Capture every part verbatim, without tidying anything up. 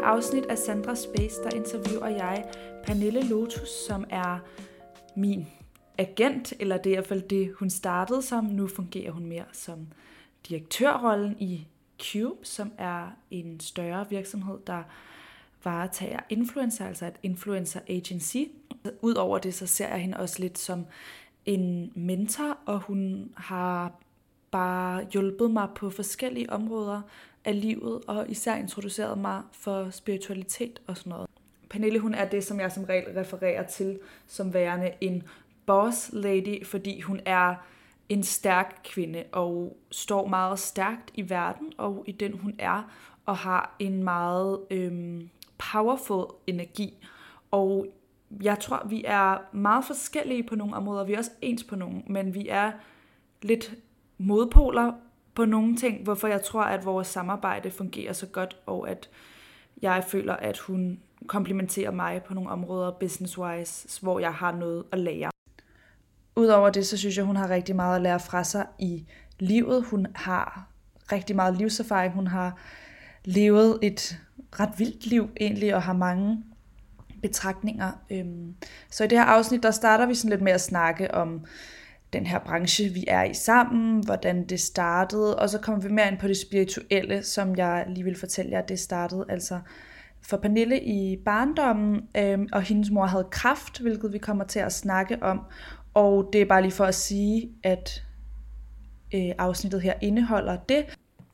afsnit af Sandra Space, der interviewer jeg Pernille Lotus, som er min agent, eller det er i hvert fald det, hun startede som. Nu fungerer hun mere som direktørrollen i Cube, som er en større virksomhed, der varetager influencer, altså et influencer agency. Udover det, så ser jeg hende også lidt som en mentor, og hun har bare hjulpet mig på forskellige områder af livet, og især introduceret mig for spiritualitet og sådan noget. Pernille, hun er det, som jeg som regel refererer til som værende en boss lady, fordi hun er en stærk kvinde og står meget stærkt i verden og i den, hun er, og har en meget øhm, powerful energi. Og jeg tror, vi er meget forskellige på nogle områder, vi er også ens på nogle, men vi er lidt modpoler på nogle ting, hvorfor jeg tror, at vores samarbejde fungerer så godt, og at jeg føler, at hun komplementerer mig på nogle områder business-wise, hvor jeg har noget at lære. Udover det, så synes jeg, hun har rigtig meget at lære fra sig i livet. Hun har rigtig meget livserfaring. Hun har levet et ret vildt liv egentlig, og har mange betragtninger. Så i det her afsnit, der starter vi sådan lidt med at snakke om den her branche, vi er i sammen, hvordan det startede, og så kommer vi mere ind på det spirituelle, som jeg lige vil fortælle jer, det startede altså for Pernille i barndommen, øhm, og hendes mor havde kræft, hvilket vi kommer til at snakke om, og det er bare lige for at sige, at øh, afsnittet her indeholder det,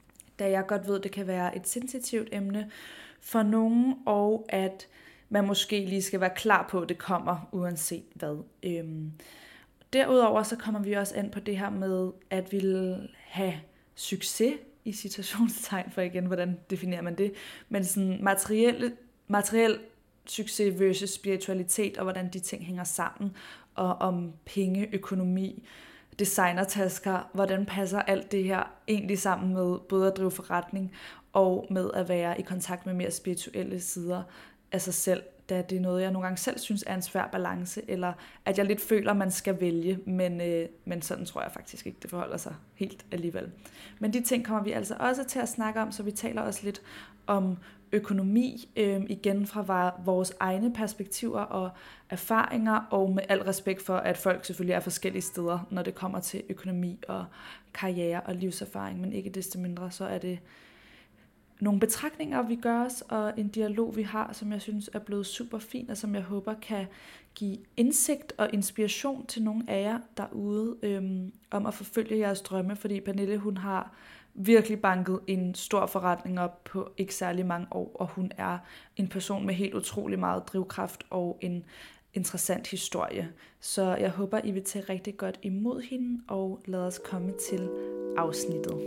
da jeg godt ved, det kan være et sensitivt emne for nogen, og at man måske lige skal være klar på, at det kommer, uanset hvad. Øhm, Derudover så kommer vi også ind på det her med, at vi vil have succes, i citationstegn for igen, hvordan definerer man det, men sådan materiel, materiel succes versus spiritualitet, og hvordan de ting hænger sammen, og om penge, økonomi, designertasker, hvordan passer alt det her egentlig sammen med både at drive forretning, og med at være i kontakt med mere spirituelle sider af sig selv, da det er noget, jeg nogle gange selv synes er en svær balance, eller at jeg lidt føler, man skal vælge, men, øh, men sådan tror jeg faktisk ikke, det forholder sig helt alligevel. Men de ting kommer vi altså også til at snakke om, så vi taler også lidt om økonomi, øh, igen fra vores egne perspektiver og erfaringer, og med al respekt for, at folk selvfølgelig er forskellige steder, når det kommer til økonomi og karriere og livserfaring, men ikke desto mindre, så er det nogle betragtninger, vi gør os, og en dialog, vi har, som jeg synes er blevet super fin, og som jeg håber kan give indsigt og inspiration til nogle af jer derude, øhm, om at forfølge jeres drømme, fordi Pernille, hun har virkelig banket en stor forretning op på ikke særlig mange år, og hun er en person med helt utrolig meget drivkraft og en interessant historie. Så jeg håber, I vil tage rigtig godt imod hende, og lad os komme til afsnittet.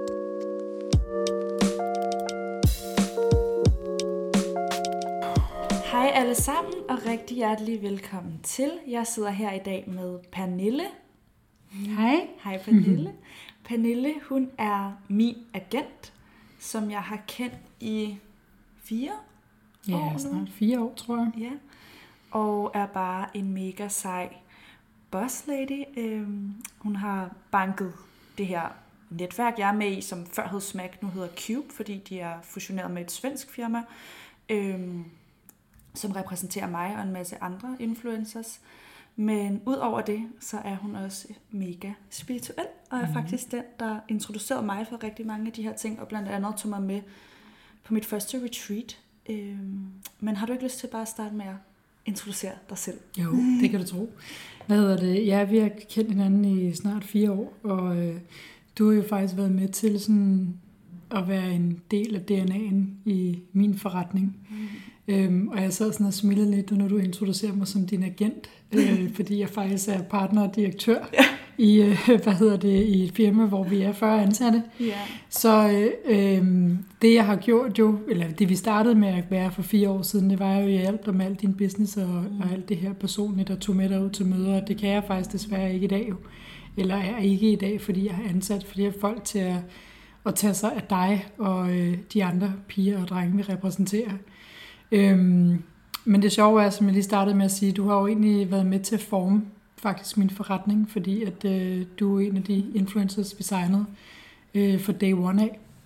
Hej alle sammen, og rigtig hjertelig velkommen til. Jeg sidder her i dag med Pernille. Hej. Hej Pernille. Pernille, hun er min agent, som jeg har kendt i fire ja, år nu. snart fire år, tror jeg. Ja, og er bare en mega sej boss lady. Øhm, hun har banket det her netværk, jeg er med i, som før hed Smack, nu hedder Cube, fordi de er fusioneret med et svensk firma. Øhm, som repræsenterer mig og en masse andre influencers. Men ud over det, så er hun også mega spirituel, og er mm. faktisk den, der introducerede mig for rigtig mange af de her ting, og blandt andet tog mig med på mit første retreat. Øhm, men har du ikke lyst til bare at starte med at introducere dig selv? Jo, det kan du tro. Hvad hedder det? Ja, vi har kendt hinanden i snart fire år, og øh, du har jo faktisk været med til sådan at være en del af D N A'en i min forretning. Mm. Øhm, og jeg sad sådan og smilede lidt, når du introducerer mig som din agent, øh, fordi jeg faktisk er partner og direktør ja. i, øh, hvad hedder det, i et firma, hvor vi er fyrre ansatte. Ja. Så øh, øh, det jeg har gjort jo, eller det vi startede med at være for fire år siden, det var jo, at jeg hjalp dig med alt din business og, mm. og alt det her personligt, og tog med dig ud til møder, og det kan jeg faktisk desværre ikke i dag jo. Eller er ikke i dag, fordi jeg har ansat flere folk til at, at tage sig af dig og øh, de andre piger og drenge, vi repræsenterer. Øhm, men det sjove er, som jeg lige startede med at sige, du har jo egentlig været med til at forme faktisk min forretning, fordi at øh, du er en af de influencers, vi signede øh, for day one af.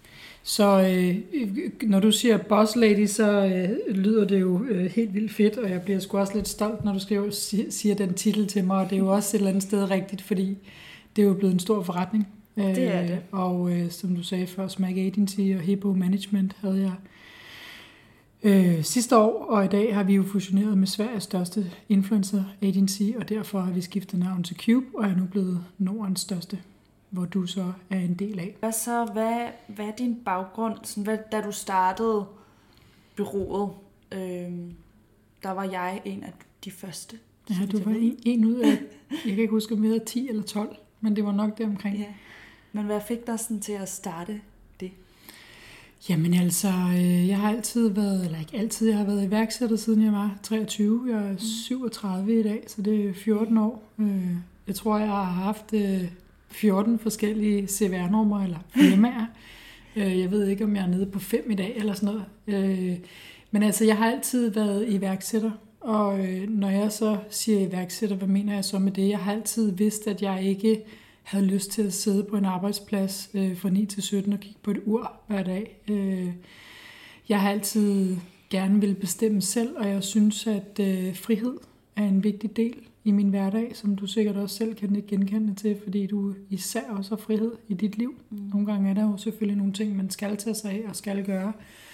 Så øh, når du siger boss lady, så øh, lyder det jo øh, helt vildt fedt, og jeg bliver sgu også lidt stolt, når du skriver, siger den titel til mig, og det er jo også et eller andet sted rigtigt, fordi det er jo blevet en stor forretning. Det er det. Og øh, som du sagde før, Smack Agency og Hippo Management havde jeg øh, sidste år, og i dag har vi jo fusioneret med Sveriges største influencer agency, og derfor har vi skiftet navn til Cube, og er nu blevet Nordens største, hvor du så er en del af. Hvad så, hvad, hvad er din baggrund, sådan, hvad, da du startede bureauet? Øh, der var jeg en af de første. Ja, du var en, en ud af, jeg kan ikke huske, om vi havde ti eller tolv, men det var nok det omkring. Ja. Men hvad fik dig sådan til at starte det? Jamen altså, jeg har altid været, eller ikke altid, jeg har været iværksætter, siden jeg var treogtyve. Jeg er syvogtredive i dag, så det er fjorten år. Jeg tror, jeg har haft fjorten forskellige C V R-numre eller firmaer. Jeg ved ikke, om jeg er nede på fem i dag eller sådan noget. Men altså, jeg har altid været iværksætter. Og når jeg så siger iværksætter, hvad mener jeg så med det? Jeg har altid vidst, at jeg ikke havde lyst til at sidde på en arbejdsplads øh, fra ni til sytten og kigge på et ur hver dag. Øh, jeg har altid gerne ville bestemme selv, og jeg synes, at øh, frihed er en vigtig del i min hverdag, som du sikkert også selv kan genkende til, fordi du især også har frihed i dit liv. Mm. Nogle gange er der jo selvfølgelig nogle ting, man skal tage sig af og skal gøre.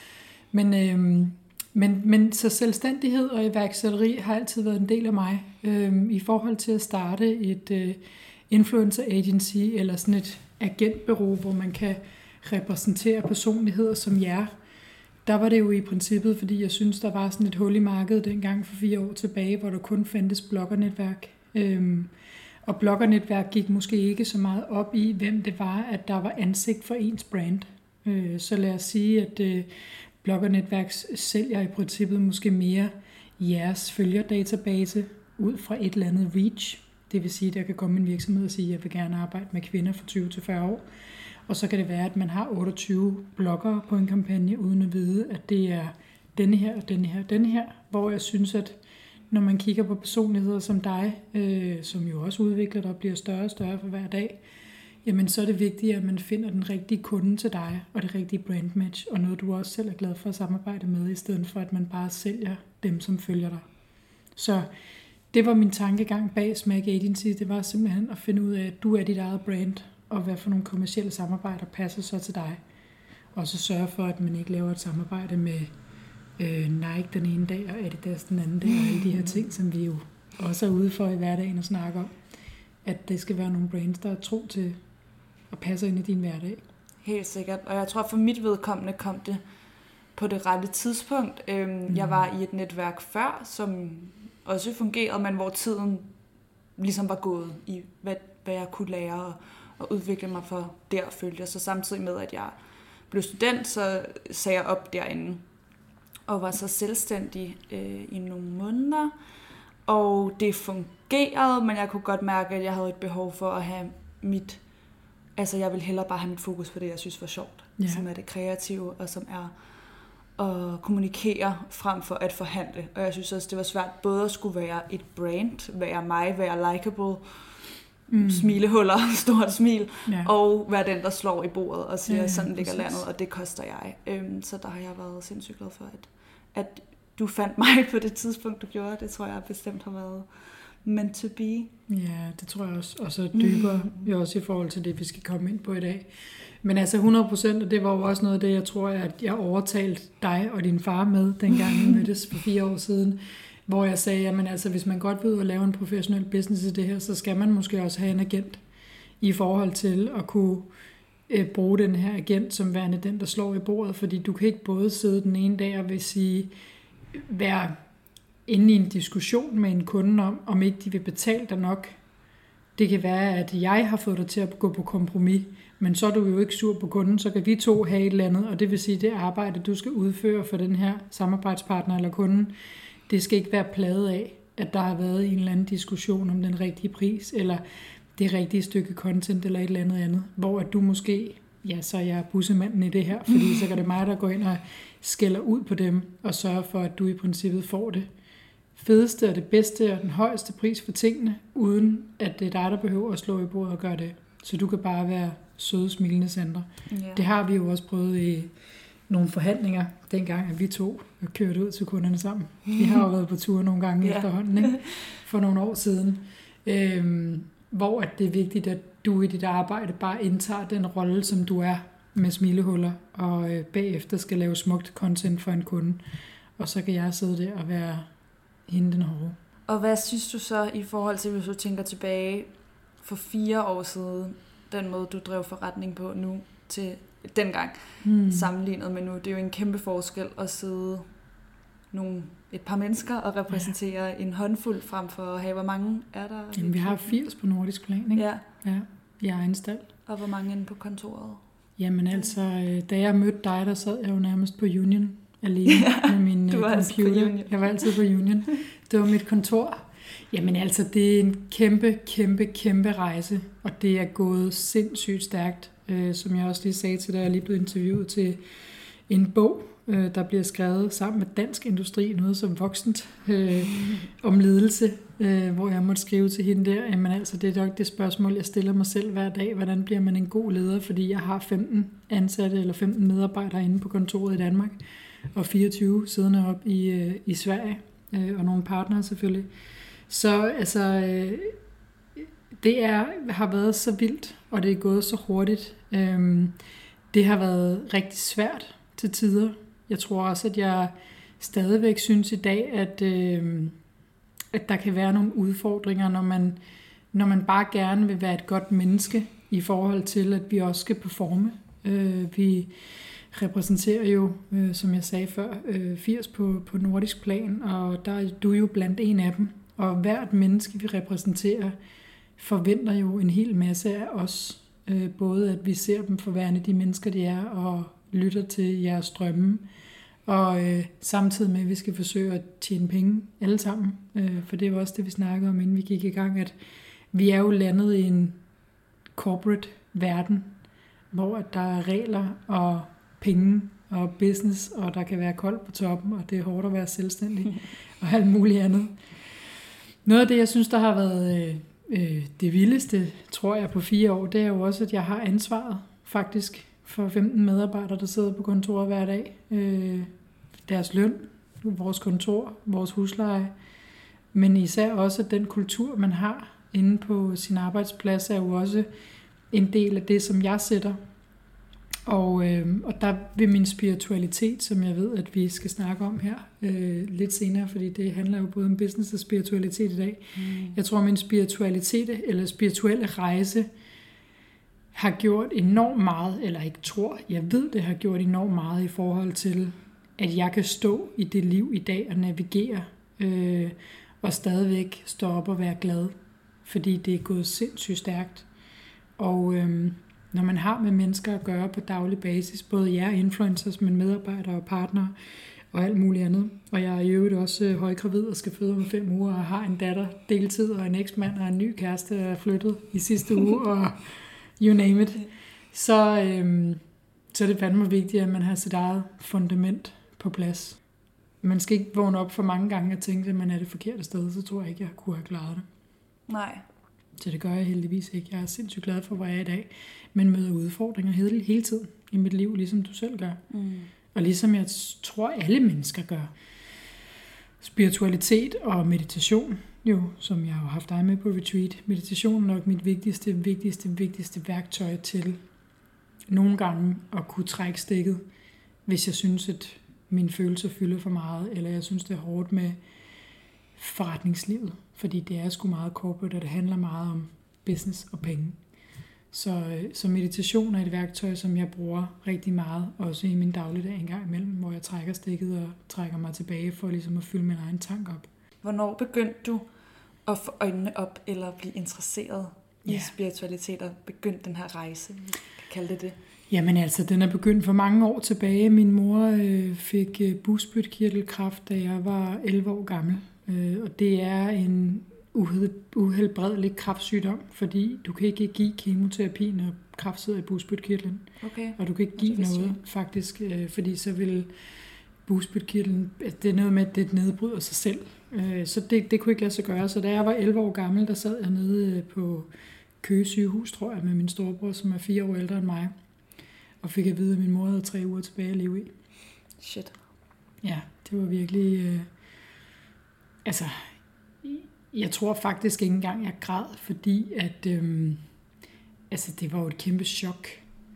Men, øh, men, men så selvstændighed og iværksætteri har altid været en del af mig. Øh, I forhold til at starte et øh, influencer agency eller sådan et agentbureau, hvor man kan repræsentere personligheder som jer. Der var det jo i princippet, fordi jeg synes, der var sådan et hul i markedet dengang for fire år tilbage, hvor der kun fandtes bloggernetværk. Øhm, og bloggernetværk gik måske ikke så meget op i, hvem det var, at der var ansigt for ens brand. Øh, så lad os sige, at øh, bloggernetværk sælger i princippet måske mere jeres følgerdatabase ud fra et eller andet reach. Det vil sige, at der kan komme en virksomhed og sige, at jeg vil gerne arbejde med kvinder fra tyve til fyrre år. Og så kan det være, at man har otteogtyve bloggere på en kampagne, uden at vide, at det er denne her, og denne her, og denne her. Hvor jeg synes, at når man kigger på personligheder som dig, øh, som jo også udvikler dig og bliver større og større for hver dag, jamen så er det vigtigt, at man finder den rigtige kunde til dig, og det rigtige brandmatch, og noget du også selv er glad for at samarbejde med, i stedet for at man bare sælger dem, som følger dig. Så det var min tankegang bag Smack Agency. Det var simpelthen at finde ud af, at du er dit eget brand, og hvad for nogle kommercielle samarbejder passer så til dig. Og så sørge for, at man ikke laver et samarbejde med øh, Nike den ene dag, og Adidas den anden dag, og alle de her ting, som vi jo også er ude for i hverdagen og snakker om. At det skal være nogle brands, der er tro til at passe ind i din hverdag. Helt sikkert. Og jeg tror, for mit vedkommende kom det på det rette tidspunkt. Øhm, mm. Jeg var i et netværk før, som også fungerede, men hvor tiden ligesom var gået i, hvad, hvad jeg kunne lære og, og udvikle mig for der følge. Så samtidig med, at jeg blev student, så sagde jeg op derinde og var så selvstændig øh, i nogle måneder. Og det fungerede, men jeg kunne godt mærke, at jeg havde et behov for at have mit... Altså, jeg ville hellere bare have mit fokus på det, jeg synes var sjovt. Ja. Som er det kreative, og som er at kommunikere frem for at forhandle. Og jeg synes også, det var svært både at skulle være et brand, være mig, være likeable, mm. smilehuller, stort smil, ja. Og være den, der slår i bordet og siger, ja, ja, sådan ligger landet, og det koster jeg. Øhm, så der har jeg været sindssygt glad for, at, at du fandt mig på det tidspunkt, du gjorde. Det tror jeg bestemt har været meant to be. Ja, det tror jeg også. Og så dybere mm. også i forhold til det, vi skal komme ind på i dag. Men altså hundrede procent, og det var jo også noget af det, jeg tror, at jeg overtalte dig og din far med, dengang vi mødtes for fire år siden, hvor jeg sagde, jamen altså, hvis man godt vil at lave en professionel business i det her, så skal man måske også have en agent i forhold til at kunne øh, bruge den her agent som værende den, der slår i bordet, fordi du kan ikke både sidde den ene dag og vil sige, være inde i en diskussion med en kunde om, om ikke de vil betale dig nok. Det kan være, at jeg har fået dig til at gå på kompromis, men så er du jo ikke sur på kunden, så kan vi to have et eller andet, og det vil sige, at det arbejde, du skal udføre for den her samarbejdspartner eller kunden, det skal ikke være plaget af, at der har været en eller anden diskussion om den rigtige pris, eller det rigtige stykke content, eller et eller andet andet, hvor at du måske, ja, så er jeg bussemanden i det her, fordi så kan det mig, der går ind og skælder ud på dem, og sørger for, at du i princippet får det fedeste og det bedste og den højeste pris for tingene, uden at det er dig, der behøver at slå i bordet og gøre det. Så du kan bare være søde, smilende Sandra. Ja. Det har vi jo også prøvet i nogle forhandlinger, dengang at vi to kørte ud til kunderne sammen. Vi har jo været på tur nogle gange Ja. efterhånden, ikke? For nogle år siden. Øhm, hvor at det er vigtigt, at du i dit arbejde bare indtager den rolle, som du er med smilehuller, og øh, bagefter skal lave smukt content for en kunde. Og så kan jeg sidde der og være hende den hårde. Og hvad synes du så i forhold til, hvis du tænker tilbage for fire år siden, den måde, du drev forretning på nu til dengang, hmm. sammenlignet med nu? Det er jo en kæmpe forskel at sidde nogle, et par mennesker og repræsentere ja. en håndfuld frem for at have, hvor mange er der? Jamen, vi har firs på nordisk plan, ikke? Ja. Ja, i egen stald. Og hvor mange inde på kontoret? Jamen altså, da jeg mødte dig, der sad jeg jo nærmest på Union alene ja, med min computer. Jeg var altid på Union. Det var mit kontor. Jamen altså, det er en kæmpe, kæmpe, kæmpe rejse, og det er gået sindssygt stærkt. Øh, som jeg også lige sagde til dig, jeg er lige blevet interviewet til en bog, øh, der bliver skrevet sammen med Dansk Industri, noget som voksent, øh, om ledelse, øh, hvor jeg måtte skrive til hende der. Jamen altså, det er nok det spørgsmål, jeg stiller mig selv hver dag. Hvordan bliver man en god leder? Fordi jeg har femten ansatte eller femten medarbejdere inde på kontoret i Danmark, og fireogtyve siddende op i, øh, i Sverige, øh, og nogle partnere selvfølgelig. Så altså, øh, det er, har været så vildt, og det er gået så hurtigt. Øhm, det har været rigtig svært til tider. Jeg tror også, at jeg stadigvæk synes i dag, at, øh, at der kan være nogle udfordringer, når man, når man bare gerne vil være et godt menneske, i forhold til, at vi også skal performe. Øh, vi repræsenterer jo, øh, som jeg sagde før, øh, firs på, på nordisk plan, og der er du jo blandt en af dem. Og hvert menneske, vi repræsenterer, forventer jo en hel masse af os. Øh, både at vi ser dem for værende de mennesker, de er, og lytter til jeres drømme. Og øh, samtidig med, at vi skal forsøge at tjene penge alle sammen. Øh, for det er jo også det, vi snakkede om, inden vi gik i gang, at vi er jo landet i en corporate verden, hvor der er regler og penge og business, og der kan være koldt på toppen, og det er hårdt at være selvstændig, og alt muligt andet. Noget af det, jeg synes, der har været øh, det vildeste, tror jeg, på fire år, det er jo også, at jeg har ansvaret, faktisk, for femten medarbejdere, der sidder på kontoret hver dag. Øh, deres løn, vores kontor, vores husleje, men især også den kultur, man har inde på sin arbejdsplads, er jo også en del af det, som jeg sætter. Og, øh, og der vil min spiritualitet, som jeg ved, at vi skal snakke om her øh, lidt senere, fordi det handler jo både om business og spiritualitet i dag. Mm. Jeg tror, at min spiritualitet, eller spirituelle rejse, har gjort enormt meget, eller ikke tror, jeg ved, det har gjort enormt meget i forhold til, at jeg kan stå i det liv i dag og navigere, øh, og stadigvæk stå op og være glad, fordi det er gået sindssygt stærkt. Og øh, når man har med mennesker at gøre på daglig basis, både jer influencers, men medarbejdere og partnere, og alt muligt andet. Og jeg er i øvrigt også øh, højgravid og skal føde om fem uger, og har en datter deltid, og en eksmand og en ny kæreste er flyttet i sidste uge, og you name it. Så, øhm, så er det fandme vigtigt, at man har sit eget fundament på plads. Man skal ikke vågne op for mange gange og tænke, at man er det forkerte sted, så tror jeg ikke, jeg kunne have klaret det. Nej. Så det gør jeg heldigvis ikke. Jeg er sindssygt glad for, hvor jeg er i dag, men møder udfordringer hele, hele tiden i mit liv, ligesom du selv gør. Mm. Og ligesom jeg tror, alle mennesker gør. Spiritualitet og meditation, jo, som jeg har haft dig med på retreat. Meditation er nok mit vigtigste, vigtigste, vigtigste værktøj til nogle gange at kunne trække stikket, hvis jeg synes, at mine følelser fylder for meget, eller jeg synes, det er hårdt med forretningslivet, fordi det er sgu meget corporate, og det handler meget om business og penge. Så, så meditation er et værktøj, som jeg bruger rigtig meget, også i min dagligdag en gang imellem, hvor jeg trækker stikket og trækker mig tilbage for ligesom at fylde min egen tank op. Hvornår begyndte du at få øjnene op, eller blive interesseret i yeah. spiritualitet, og begyndte den her rejse, vi kan kalde det det? Jamen altså, den er begyndt for mange år tilbage. Min mor øh, fik øh, bugspytkirtelkræft, da jeg var elleve år gammel. Øh, og det er en uhelbredelig kræftsygdom, fordi du kan ikke give kemoterapi, når kræft sidder i bugspytkirtlen. Okay. Og du kan ikke give noget, jeg. faktisk, øh, fordi så vil bugspytkirtlen, det er noget med, at det nedbryder sig selv. Øh, så det, det kunne ikke lade sig gøre. Så da jeg var elleve år gammel, der sad jeg nede på Køge sygehus, tror jeg, med min storebror, som er fire år ældre end mig. Og fik at vide, at min mor havde tre uger tilbage at leve i. Shit. Ja, det var virkelig... Øh, altså, jeg tror faktisk ikke engang, jeg græd, fordi at... Øh, altså, det var jo et kæmpe chok.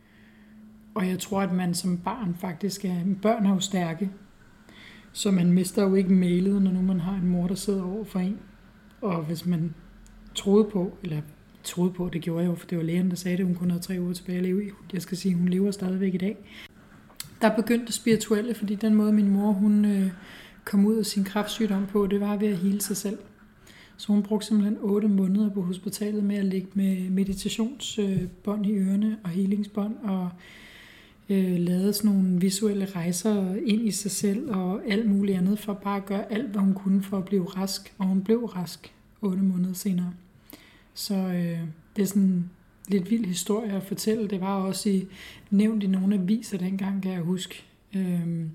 Og jeg tror, at man som barn faktisk er... Børn er jo stærke. Så man mister jo ikke mailet, når nu man har en mor, der sidder over for en. Og hvis man troede på, eller troede på, det gjorde jeg jo, for det var lægen, der sagde det, hun kun havde tre uger tilbage at leve i. Jeg skal sige, hun lever stadigvæk i dag. Der begyndte det spirituelle, fordi den måde, min mor hun, øh, kom ud af sin kræftsygdom på, det var ved at hele sig selv. Så hun brugte simpelthen otte måneder på hospitalet med at ligge med meditationsbånd i ørerne og helingsbånd, og øh, lavede sådan nogle visuelle rejser ind i sig selv og alt muligt andet, for bare at gøre alt, hvad hun kunne for at blive rask. Og hun blev rask otte måneder senere. Så øh, det er sådan en lidt vild historie at fortælle. Det var også i, nævnt i nogle aviser dengang, kan jeg huske. Øhm,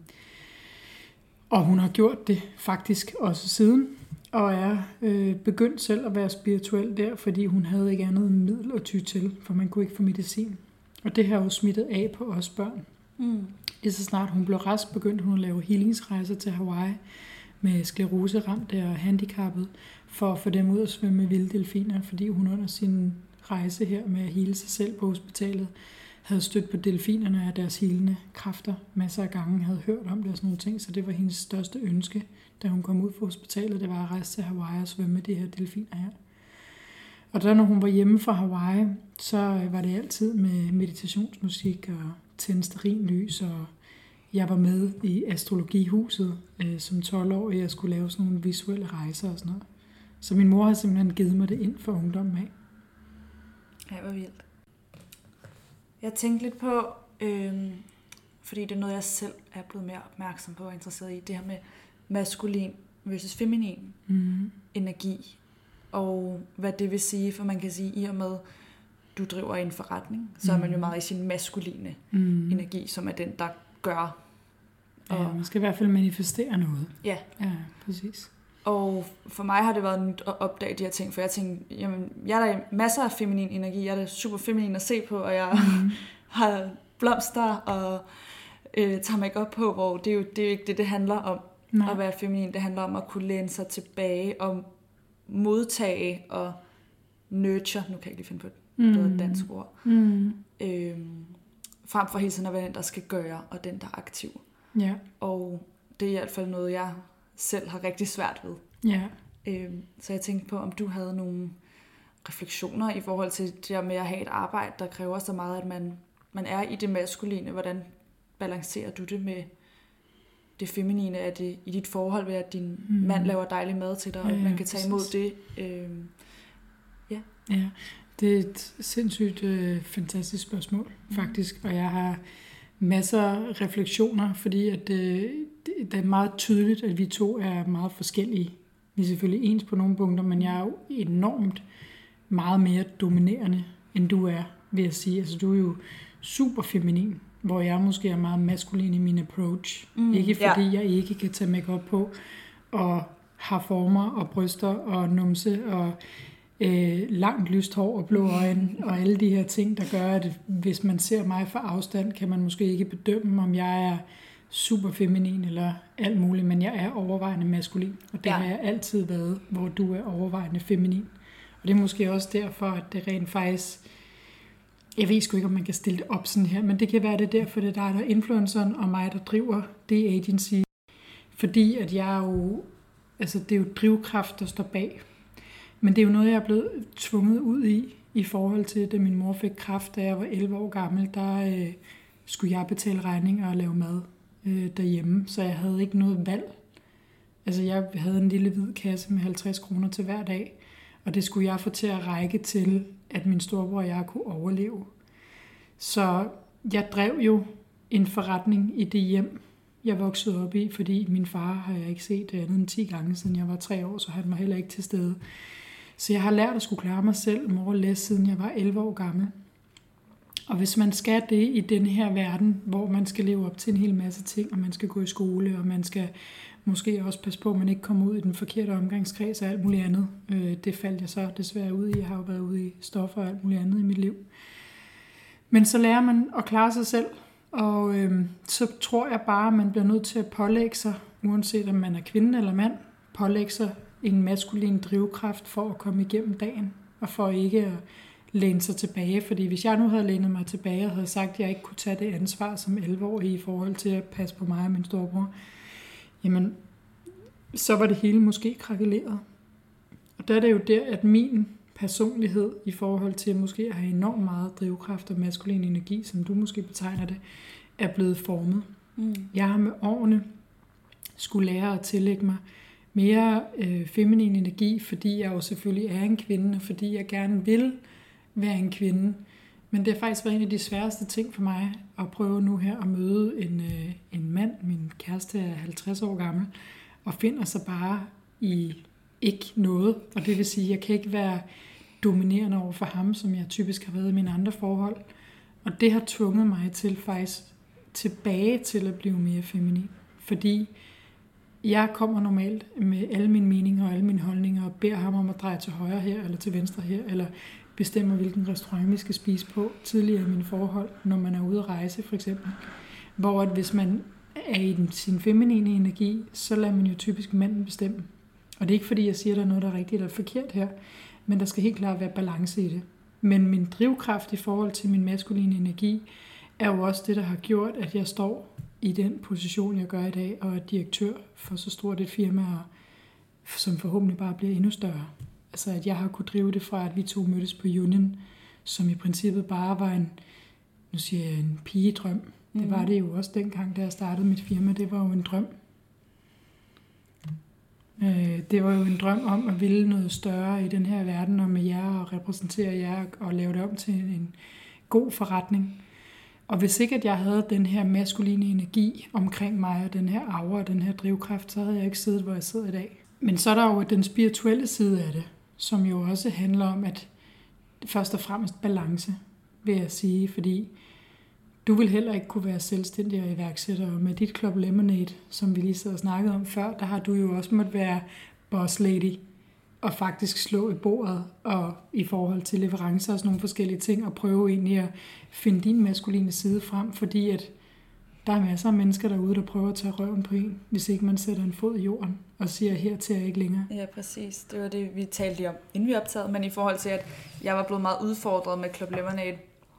og hun har gjort det faktisk også siden, og er øh, begyndt selv at være spirituel der, fordi hun havde ikke andet middel at ty til, for man kunne ikke få medicin. Og det har jo smittet af på os børn. Mm. Lige så snart hun blev rask, begyndte hun at lave healingsrejser til Hawaii med skleroseramte og handicappet, for at få dem ud at svømme med vilde delfiner, fordi hun under sin rejse her med at hele sig selv på hospitalet, havde stødt på delfinerne og deres helende kræfter masser af gange, havde hørt om det og sådan nogle ting, så det var hendes største ønske, da hun kom ud fra hospitalet, det var at rejse til Hawaii og svømme med de her delfiner her. Og da når hun var hjemme fra Hawaii, så var det altid med meditationsmusik og tænde stearinlys, og jeg var med i astrologihuset øh, som tolv-årig, jeg skulle lave sådan nogle visuelle rejser og sådan noget. Så min mor har simpelthen givet mig det ind for ungdommen af. Ja, hvor vildt. Jeg tænkte lidt på, øh, fordi det er noget, jeg selv er blevet mere opmærksom på og interesseret i, det her med maskulin versus feminin mm. energi, og hvad det vil sige, for man kan sige, i og med, du driver en forretning, så mm. er man jo meget i sin maskuline mm. energi, som er den, der gør. Og ja, man skal i hvert fald manifestere noget. Ja. Ja, præcis. Og for mig har det været nyt at opdage de her ting, for jeg tænkte, jamen, jeg er der masser af feminin energi, jeg er da super feminin at se på, og jeg mm. har blomster og øh, tager make-up på, hvor det er jo, det er jo ikke det, det handler om. Nej. At være feminin. Det handler om at kunne læne sig tilbage og modtage og nurture, nu kan jeg ikke lige finde på et mm. bedre dansk ord, mm. øhm, frem for hele tiden at være den, der skal gøre, og den, der er aktiv. Ja. Og det er i hvert fald noget, jeg selv har rigtig svært ved. Ja. Øhm, så jeg tænkte på, om du havde nogle refleksioner i forhold til det der med at have et arbejde, der kræver så meget, at man, man er i det maskuline. Hvordan balancerer du det med det feminine? Er det i dit forhold ved, at din mm. mand laver dejlig mad til dig, og ja, man kan tage imod det? Øhm, ja. ja, det er et sindssygt øh, fantastisk spørgsmål, faktisk. Og jeg har masser af refleksioner, fordi at, øh, det, det er meget tydeligt, at vi to er meget forskellige. Vi er selvfølgelig ens på nogle punkter, men jeg er jo enormt meget mere dominerende, end du er, vil jeg sige. Altså, du er jo super feminin, hvor jeg måske er meget maskulin i min approach. Mm, ikke fordi ja. jeg ikke kan tage make-up på, og har former og bryster og numse og øh, langt lyst hår og blå øjne og alle de her ting, der gør, at hvis man ser mig fra afstand, kan man måske ikke bedømme, om jeg er super feminin eller alt muligt, men jeg er overvejende maskulin, og det ja. har jeg altid været, hvor du er overvejende feminin. Og det er måske også derfor, at det rent faktisk, jeg ved sgu ikke, om man kan stille det op sådan her, men det kan være det derfor, det er dig, der er influenceren, og mig, der driver det agency. Fordi at jeg er jo, altså det er jo drivkraft, der står bag. Men det er jo noget, jeg er blevet tvunget ud i, i forhold til, da min mor fik kræft, da jeg var elleve år gammel, der øh, skulle jeg betale regninger og lave mad øh, derhjemme, så jeg havde ikke noget valg. Altså jeg havde en lille hvid kasse med halvtreds kroner til hver dag, og det skulle jeg få til at række til, at min storebror og jeg kunne overleve. Så jeg drev jo en forretning i det hjem, jeg voksede op i, fordi min far har jeg ikke set andet end ti gange, siden jeg var tre år, så han var heller ikke til stede. Så jeg har lært at skulle klare mig selv, more or less, siden jeg var elleve år gammel. Og hvis man skal det i den her verden, hvor man skal leve op til en hel masse ting, og man skal gå i skole, og man skal måske også passe på, at man ikke kommer ud i den forkerte omgangskreds og alt muligt andet. Det faldt jeg så desværre ud i. Jeg har jo været ude i stoffer og alt muligt andet i mit liv. Men så lærer man at klare sig selv, og øhm, så tror jeg bare, at man bliver nødt til at pålægge sig, uanset om man er kvinde eller mand, pålægge sig en maskulin drivkraft for at komme igennem dagen, og for ikke at læne sig tilbage. Fordi hvis jeg nu havde lænet mig tilbage og havde sagt, at jeg ikke kunne tage det ansvar som elleve-årig i forhold til at passe på mig og min storebror, jamen, så var det hele måske krakeleret. Og der er det jo der, at min personlighed i forhold til måske at have enormt meget drivkraft og maskulin energi, som du måske betegner det, er blevet formet. Mm. Jeg har med årene skulle lære at tillægge mig mere øh, feminin energi, fordi jeg jo selvfølgelig er en kvinde, og fordi jeg gerne vil være en kvinde. Men det har faktisk været en af de sværeste ting for mig at prøve nu her at møde en, øh, en mand. Min kæreste er halvtreds år gammel, og finder sig bare i ikke noget. Og det vil sige, at jeg kan ikke være dominerende over for ham, som jeg typisk har været i mine andre forhold. Og det har tvunget mig til faktisk tilbage til at blive mere feminin. Fordi jeg kommer normalt med alle mine meninger og alle mine holdninger og beder ham om at dreje til højre her eller til venstre her, eller bestemmer, hvilken restaurant vi skal spise på tidligere i mine forhold, når man er ude at rejse for eksempel. Hvor at hvis man er i den, sin feminine energi, så lader man jo typisk manden bestemme. Og det er ikke fordi, jeg siger, at der er noget, der er rigtigt eller forkert her, men der skal helt klart være balance i det. Men min drivkraft i forhold til min maskuline energi er jo også det, der har gjort, at jeg står i den position, jeg gør i dag, og er direktør for så stort et firma, som forhåbentlig bare bliver endnu større. Altså at jeg har kunnet drive det fra, at vi to mødtes på Union, som i princippet bare var en, nu siger jeg, en pigedrøm. Mm. Det var det jo også dengang, da jeg startede mit firma. Det var jo en drøm. Det var jo en drøm om at ville noget større i den her verden, og med jer og repræsentere jer og lave det om til en god forretning. Og hvis ikke at jeg havde den her maskuline energi omkring mig, og den her aura og den her drivkraft, så havde jeg ikke siddet, hvor jeg sidder i dag. Men så er der jo den spirituelle side af det, som jo også handler om, at først og fremmest balance, vil jeg sige, fordi du vil heller ikke kunne være selvstændig og iværksætter, og med dit Club Lemonade, som vi lige sad og snakkede om før, der har du jo også måttet være boss lady, og faktisk slå i bordet, og i forhold til leverancer og sådan nogle forskellige ting, og prøve egentlig at finde din maskuline side frem, fordi at der er masser af mennesker derude, der prøver at tage røven på en, hvis ikke man sætter en fod i jorden, og siger, her til jeg ikke længere. Ja, præcis. Det var det, vi talte om, inden vi optagede, men i forhold til, at jeg var blevet meget udfordret med Club Lemonade,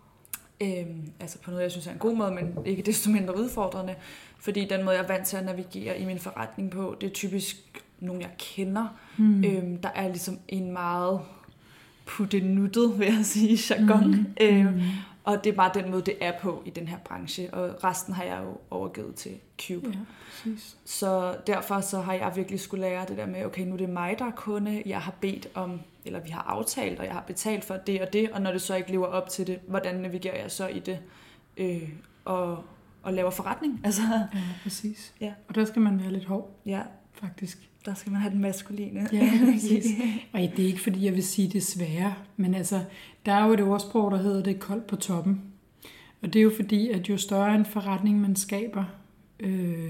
Øhm, altså på noget, jeg synes er en god måde, men ikke desto mindre udfordrende, fordi den måde, jeg er vant til at navigere i min forretning på, det er typisk nogen, jeg kender. Mm. Øhm, der er ligesom en meget puttenuttet, vil jeg sige, jargon. Mm. Øhm, og det er bare den måde, det er på i den her branche, og resten har jeg jo overgivet til Cube. Ja, præcis. Så derfor så har jeg virkelig skulle lære det der med, okay, nu er det mig, der er kunde, jeg har bedt om, eller vi har aftalt, og jeg har betalt for det og det, og når det så ikke lever op til det, hvordan navigerer jeg så i det, øh, og, og laver forretning? Altså, ja, præcis. Ja. Og der skal man være lidt hård, ja, faktisk. Der skal man have den maskuline. Ja, præcis. Og det er ikke, fordi jeg vil sige det svære, men altså, der er jo et ordsprog, der hedder, det er koldt på toppen. Og det er jo fordi, at jo større en forretning man skaber, øh,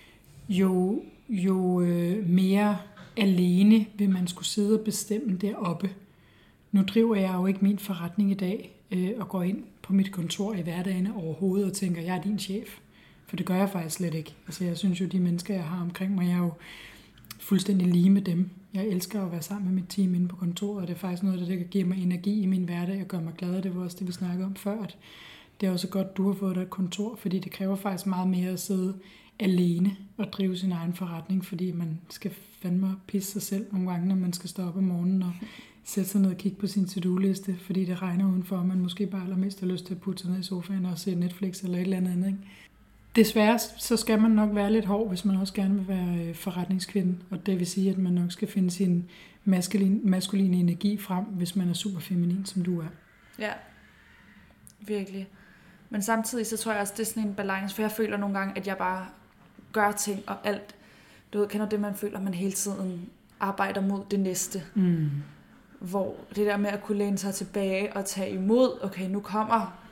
jo, jo øh, mere alene vil man skulle sidde og bestemme deroppe. Nu driver jeg jo ikke min forretning i dag, øh, og går ind på mit kontor i hverdagen overhovedet og tænker, jeg er din chef. For det gør jeg faktisk slet ikke. Altså jeg synes jo, de mennesker, jeg har omkring mig, jeg er jo fuldstændig lige med dem. Jeg elsker at være sammen med mit team inde på kontoret, og det er faktisk noget, der giver mig energi i min hverdag og gør mig glad. Det var også det, vi snakkede om før, at det er også godt, du har fået dig et kontor, fordi det kræver faktisk meget mere at sidde alene og drive sin egen forretning, fordi man skal fandme pisse sig selv nogle gange, når man skal stå op om morgenen og sætte sig ned og kigge på sin to-do-liste, fordi det regner udenfor, og man måske bare allermest har lyst til at putte sig ned i sofaen og se Netflix eller et eller andet andet, ikke? Desværre så skal man nok være lidt hård, hvis man også gerne vil være forretningskvinde, og det vil sige, at man nok skal finde sin maskuline, maskuline energi frem, hvis man er super feminin, som du er. Ja, virkelig. Men samtidig så tror jeg også, det er sådan en balance, for jeg føler nogle gange, at jeg bare gør ting og alt. Du ved, kender det, man føler, at man hele tiden arbejder mod det næste. Mm. Hvor det der med at kunne læne sig tilbage og tage imod, okay, nu kommer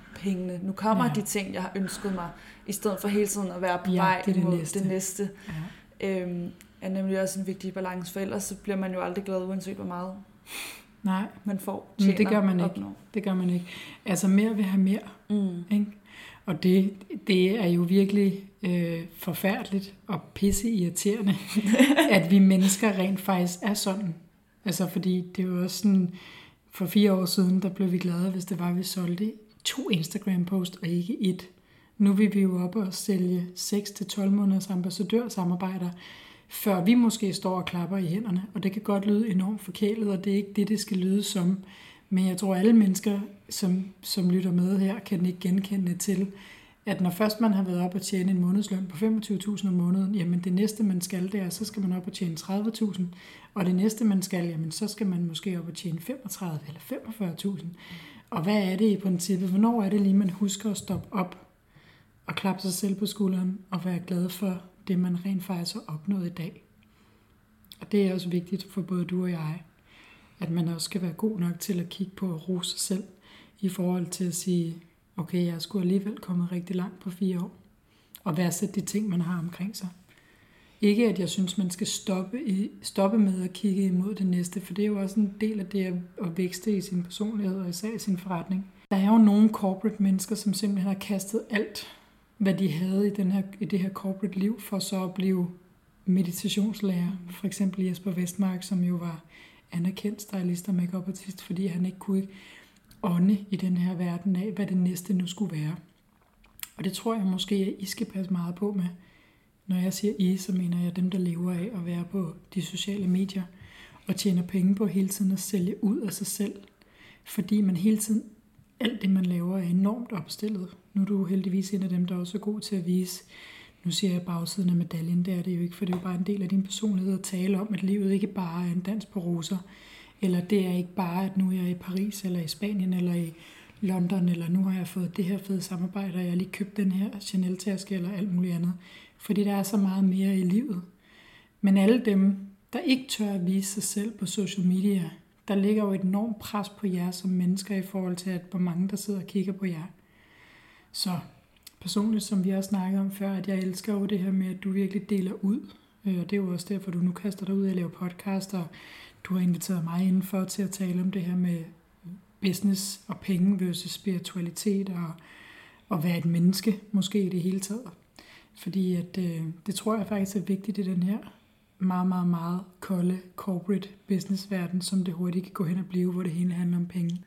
pengene. Nu kommer ja. de ting, jeg har ønsket mig, i stedet for hele tiden at være på ja, vej det det mod næste. det næste. Ja. Øhm, er nemlig også en vigtig balance, for ellers så bliver man jo aldrig glad, uanset hvor meget Nej. man får, tjener, det gør man ikke. Opnår. Det gør man ikke. Altså mere vil have mere. Mm. Ikke? Og det, det er jo virkelig øh, forfærdeligt og pisseirriterende, at vi mennesker rent faktisk er sådan. Altså fordi det er jo også sådan, for fire år siden, der blev vi glade, hvis det var, at vi solgte to Instagram-post og ikke et. Nu vil vi jo op og sælge seks til tolv måneders ambassadørsamarbejder, før vi måske står og klapper i hænderne. Og det kan godt lyde enormt forkælet, og det er ikke det, det skal lyde som. Men jeg tror, alle mennesker, som, som lytter med her, kan ikke genkende til, at når først man har været op og tjene en månedsløn på femogtyve tusind om måneden, jamen det næste, man skal, det er, så skal man op og tjene tredive tusind. Og det næste, man skal, jamen så skal man måske op og tjene femogtredive eller femogfyrre tusind. Og hvad er det i princippet? Hvornår er det lige, man husker at stoppe op og klappe sig selv på skulderen og være glad for det, man rent faktisk har opnået i dag? Og det er også vigtigt for både du og jeg, at man også skal være god nok til at kigge på at rose sig selv i forhold til at sige, okay, jeg er sgu alligevel kommet rigtig langt på fire år, og værdsætte de ting, man har omkring sig. Ikke at jeg synes, man skal stoppe, i, stoppe med at kigge imod det næste, for det er jo også en del af det at vækste i sin personlighed og især i sin forretning. Der er jo nogle corporate mennesker, som simpelthen har kastet alt, hvad de havde i, den her, i det her corporate liv, for så at blive meditationslærer. For eksempel Jesper Vestmark, som jo var anerkendt stylist og make-up artist, fordi han ikke kunne ånde i den her verden af, hvad det næste nu skulle være. Og det tror jeg måske, at I skal passe meget på med. Når jeg siger I, så mener jeg dem, der lever af at være på de sociale medier og tjener penge på hele tiden at sælge ud af sig selv. Fordi man hele tiden, alt det man laver er enormt opstillet. Nu er du heldigvis en af dem, der er også er god til at vise, nu siger jeg bagsiden af medaljen, det er det jo ikke, for det er jo bare en del af din personlighed at tale om, at livet ikke bare er en dans på roser, eller det er ikke bare, at nu er jeg i Paris, eller i Spanien, eller i London, eller nu har jeg fået det her fede samarbejde, og jeg har lige købt den her Chanel-taske, eller alt muligt andet. Fordi der er så meget mere i livet. Men alle dem, der ikke tør at vise sig selv på social media, der ligger jo et enormt pres på jer som mennesker i forhold til, at hvor mange der sidder og kigger på jer. Så personligt, som vi også snakkede om før, at jeg elsker jo det her med, at du virkelig deler ud. Og det er jo også derfor, du nu kaster dig ud og laver podcast, og du har inviteret mig indenfor til at tale om det her med business og penge versus spiritualitet og, og være et menneske, måske i det hele taget. Fordi at, øh, det tror jeg faktisk er vigtigt i den her meget, meget, meget kolde corporate businessverden, som det hurtigt kan gå hen og blive, hvor det hele handler om penge.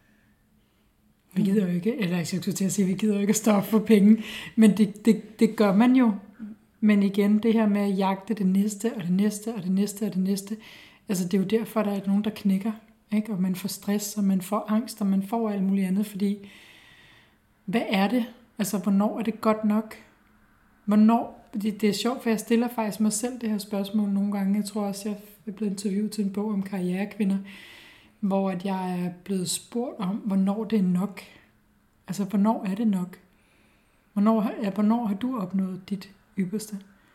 Vi gider jo ikke, eller jeg skal til at sige, vi gider jo ikke at stoppe for penge, men det, det, det gør man jo. Men igen, det her med at jagte det næste, og det næste, og det næste, og det næste, altså det er jo derfor, der er nogen, der knækker, ikke? Og man får stress, og man får angst, og man får alt muligt andet, fordi hvad er det? Altså, hvornår er det godt nok? Hvornår? Det, det er sjovt, for jeg stiller faktisk mig selv det her spørgsmål nogle gange. Jeg tror også, jeg er blevet interviewet til en bog om karrierekvinder, hvor at jeg er blevet spurgt om, hvornår det er nok. Altså, hvornår er det nok? Hvornår, ja, hvornår har du opnået dit ypperste?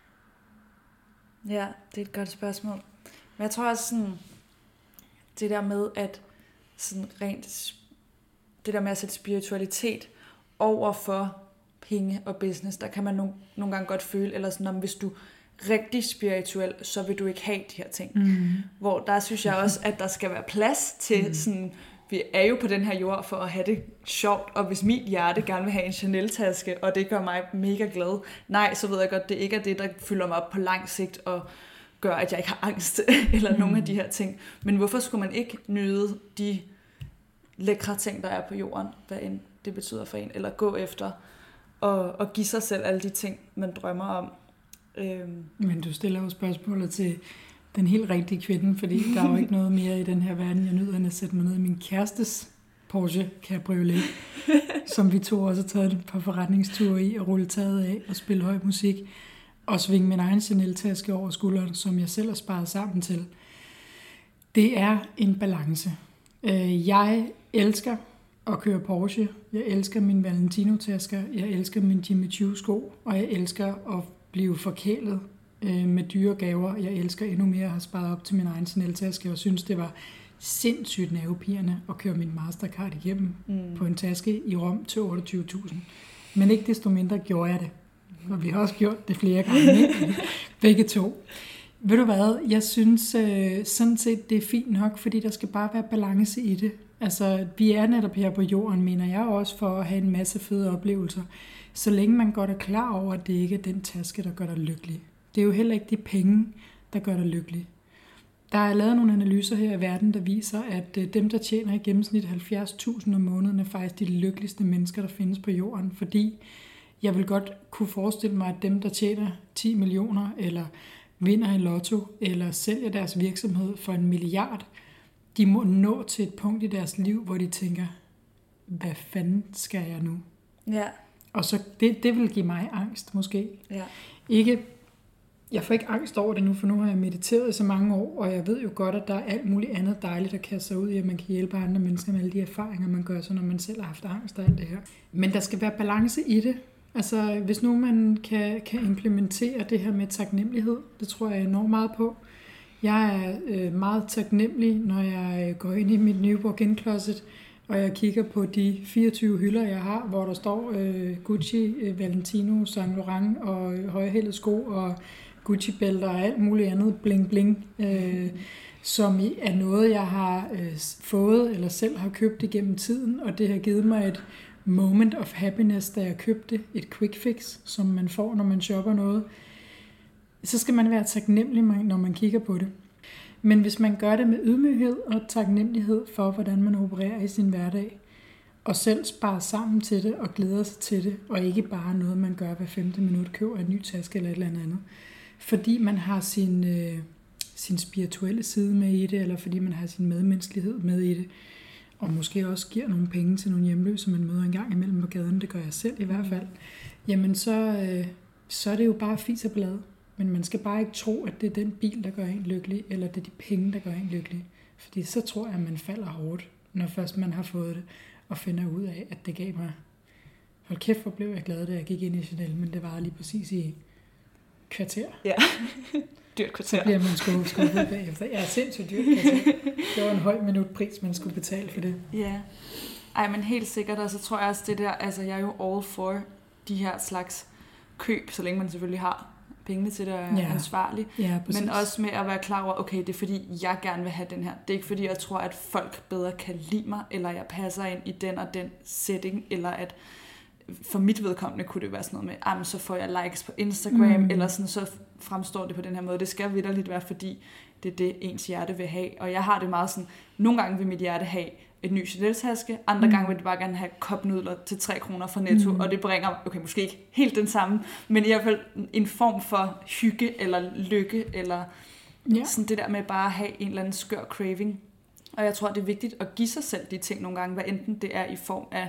Ja, det er et godt spørgsmål. Men jeg tror også sådan, det der med at sådan rent, det der med at sætte spiritualitet over for penge og business, der kan man nogle, nogle gange godt føle, eller sådan, om hvis du er rigtig spirituel, så vil du ikke have de her ting. Mm. Hvor der synes jeg også, at der skal være plads til mm. sådan, vi er jo på den her jord for at have det sjovt, og hvis mit hjerte gerne vil have en Chanel-taske, og det gør mig mega glad, nej, så ved jeg godt, det ikke er det, der fylder mig op på lang sigt, og gør, at jeg ikke har angst, eller mm. nogle af de her ting. Men hvorfor skulle man ikke nyde de lækre ting, der er på jorden, hvad end det betyder for en, eller gå efter, og, og give sig selv alle de ting, man drømmer om. Øhm. Men du stiller jo spørgsmålet til den helt rigtige kvinde, fordi der er jo ikke noget mere i den her verden, jeg nyder end at sætte mig ned i min kærestes Porsche Cabriolet, som vi to også har taget et par forretningsture i, og rulle taget af, og spille høj musik, og svinge min egen Chanel-taske over skulderen, som jeg selv har sparet sammen til. Det er en balance. Jeg elsker at køre Porsche, jeg elsker mine Valentino-tasker, jeg elsker mine Jimmy Choo-sko, og jeg elsker at blive forkælet med dyre gaver. Jeg elsker endnu mere at have sparet op til min egen Chanel-taske, og synes, det var sindssygt nervepirrende at køre min Mastercard igennem mm. på en taske i Rom til otteogtyve tusind. Men ikke desto mindre gjorde jeg det. Og vi har også gjort det flere gange, ikke? Begge to. Ved du hvad, jeg synes øh, sådan set, det er fint nok, fordi der skal bare være balance i det. Altså, vi er netop her på jorden, mener jeg også, for at have en masse fede oplevelser. Så længe man godt er klar over, at det ikke er den taske, der gør dig lykkelig. Det er jo heller ikke de penge, der gør dig lykkelig. Der er lavet nogle analyser her i verden, der viser, at øh, dem, der tjener i gennemsnit halvfjerds tusind om måneden, er faktisk de lykkeligste mennesker, der findes på jorden. Fordi jeg vil godt kunne forestille mig, at dem, der tjener ti millioner, eller vinder i lotto, eller sælger deres virksomhed for en milliard, de må nå til et punkt i deres liv, hvor de tænker, hvad fanden skal jeg nu? Ja. Og så det, det vil give mig angst, måske. Ja. Ikke, jeg får ikke angst over det nu, for nu har jeg mediteret i så mange år, og jeg ved jo godt, at der er alt muligt andet dejligt, der kaster sig ud i, at man kan hjælpe andre mennesker med alle de erfaringer, man gør, så når man selv har haft angst og alt det her. Men der skal være balance i det. Altså, hvis nu man kan, kan implementere det her med taknemmelighed, det tror jeg enormt meget på. Jeg er øh, meget taknemmelig, når jeg går ind i mit nye walk-in closet, og jeg kigger på de fireogtyve hylder, jeg har, hvor der står øh, Gucci, øh, Valentino, Saint Laurent og øh, højhælede sko og Gucci-bælter og alt muligt andet bling-bling, øh, som er noget, jeg har øh, fået eller selv har købt igennem tiden, og det har givet mig et moment of happiness, da jeg købte et quick fix, som man får, når man shopper noget. Så skal man være taknemmelig, når man kigger på det. Men hvis man gør det med ydmyghed og taknemmelighed for, hvordan man opererer i sin hverdag, og selv sparer sammen til det og glæder sig til det, og ikke bare noget, man gør hver femte minut, køber en ny taske eller et eller andet. Fordi man har sin, øh, sin spirituelle side med i det, eller fordi man har sin medmenneskelighed med i det, og måske også giver nogle penge til nogle hjemløse, man møder en gang imellem på gaden, det gør jeg selv i hvert fald, jamen så, øh, så er det jo bare fis og blad. Men man skal bare ikke tro, at det er den bil, der gør en lykkelig, eller det er de penge, der gør en lykkelig. Fordi så tror jeg, at man falder hårdt, når først man har fået det, og finder ud af, at det gav mig... Hold kæft, hvor blev jeg glad, da jeg gik ind i Chanel, men det var lige præcis i kvarter. Ja, dyrt kvarter. Så bliver man skuffet, skuffet bagefter. Ja, sindssygt dyrt kvarter. Det var en høj minutpris, man skulle betale for det. Ja, ej, men helt sikkert, og så tror jeg også det der, altså jeg er jo all for de her slags køb, så længe man selvfølgelig har pengene til det og er ja. ansvarlig, ja, men også med at være klar over, okay, det er fordi, jeg gerne vil have den her. Det er ikke fordi, jeg tror, at folk bedre kan lide mig, eller jeg passer ind i den og den setting, eller at for mit vedkommende kunne det være sådan noget med, ah, men så får jeg likes på Instagram, mm. eller sådan, så fremstår det på den her måde. Det skal vitterligt være, fordi det er det, ens hjerte vil have. Og jeg har det meget sådan, nogle gange vil mit hjerte have et ny Chanel-taske, andre mm. gange vil det bare gerne have kopnudler til tre kroner fra Netto, mm. og det bringer, okay, måske ikke helt den samme, men i hvert fald en form for hygge, eller lykke, eller ja. sådan det der med bare at have en eller anden skør craving. Og jeg tror, det er vigtigt at give sig selv de ting nogle gange, hvad enten det er i form af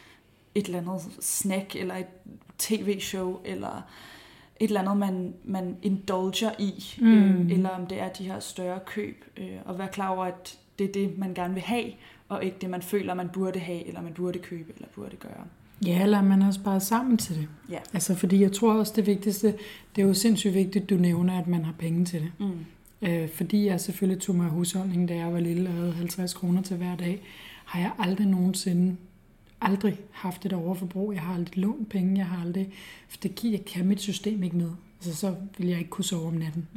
et eller andet snack, eller et tv-show, eller et eller andet, man, man indulger i, mm. øh, eller om det er de her større køb, øh, og være klar over, at det er det, man gerne vil have, og ikke det, man føler, man burde have, eller man burde købe, eller burde gøre. Ja, eller man har sparet sammen til det. Ja. Altså, fordi jeg tror også, det vigtigste, det er jo sindssygt vigtigt, du nævner, at man har penge til det. Mm. Øh, fordi jeg selvfølgelig tog mig husholdning, da jeg var lille, og havde halvtreds kroner til hver dag, har jeg aldrig nogensinde aldrig haft et overforbrug. Jeg har aldrig lånt penge, jeg har aldrig, for det kan mit system ikke med. Altså, så vil jeg ikke kunne sove om natten.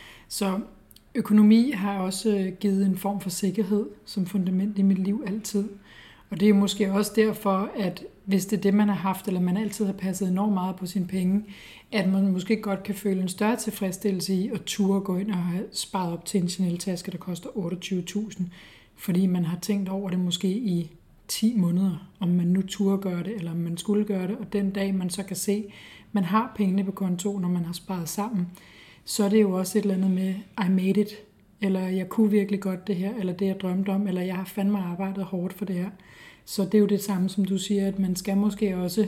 Så økonomi har også givet en form for sikkerhed som fundament i mit liv altid. Og det er måske også derfor, at hvis det er det, man har haft, eller man altid har passet enormt meget på sine penge, at man måske godt kan føle en større tilfredsstillelse i at ture gå ind og have sparet op til en Chanel-taske, der koster otteogtyve tusind, fordi man har tænkt over det måske i ti måneder, om man nu turde gøre det, eller om man skulle gøre det, og den dag, man så kan se, man har pengene på konto, når man har sparet sammen, så er det jo også et eller andet med, I made it, eller jeg kunne virkelig godt det her, eller det, jeg drømte om, eller jeg har fandme arbejdet hårdt for det her. Så det er jo det samme, som du siger, at man skal måske også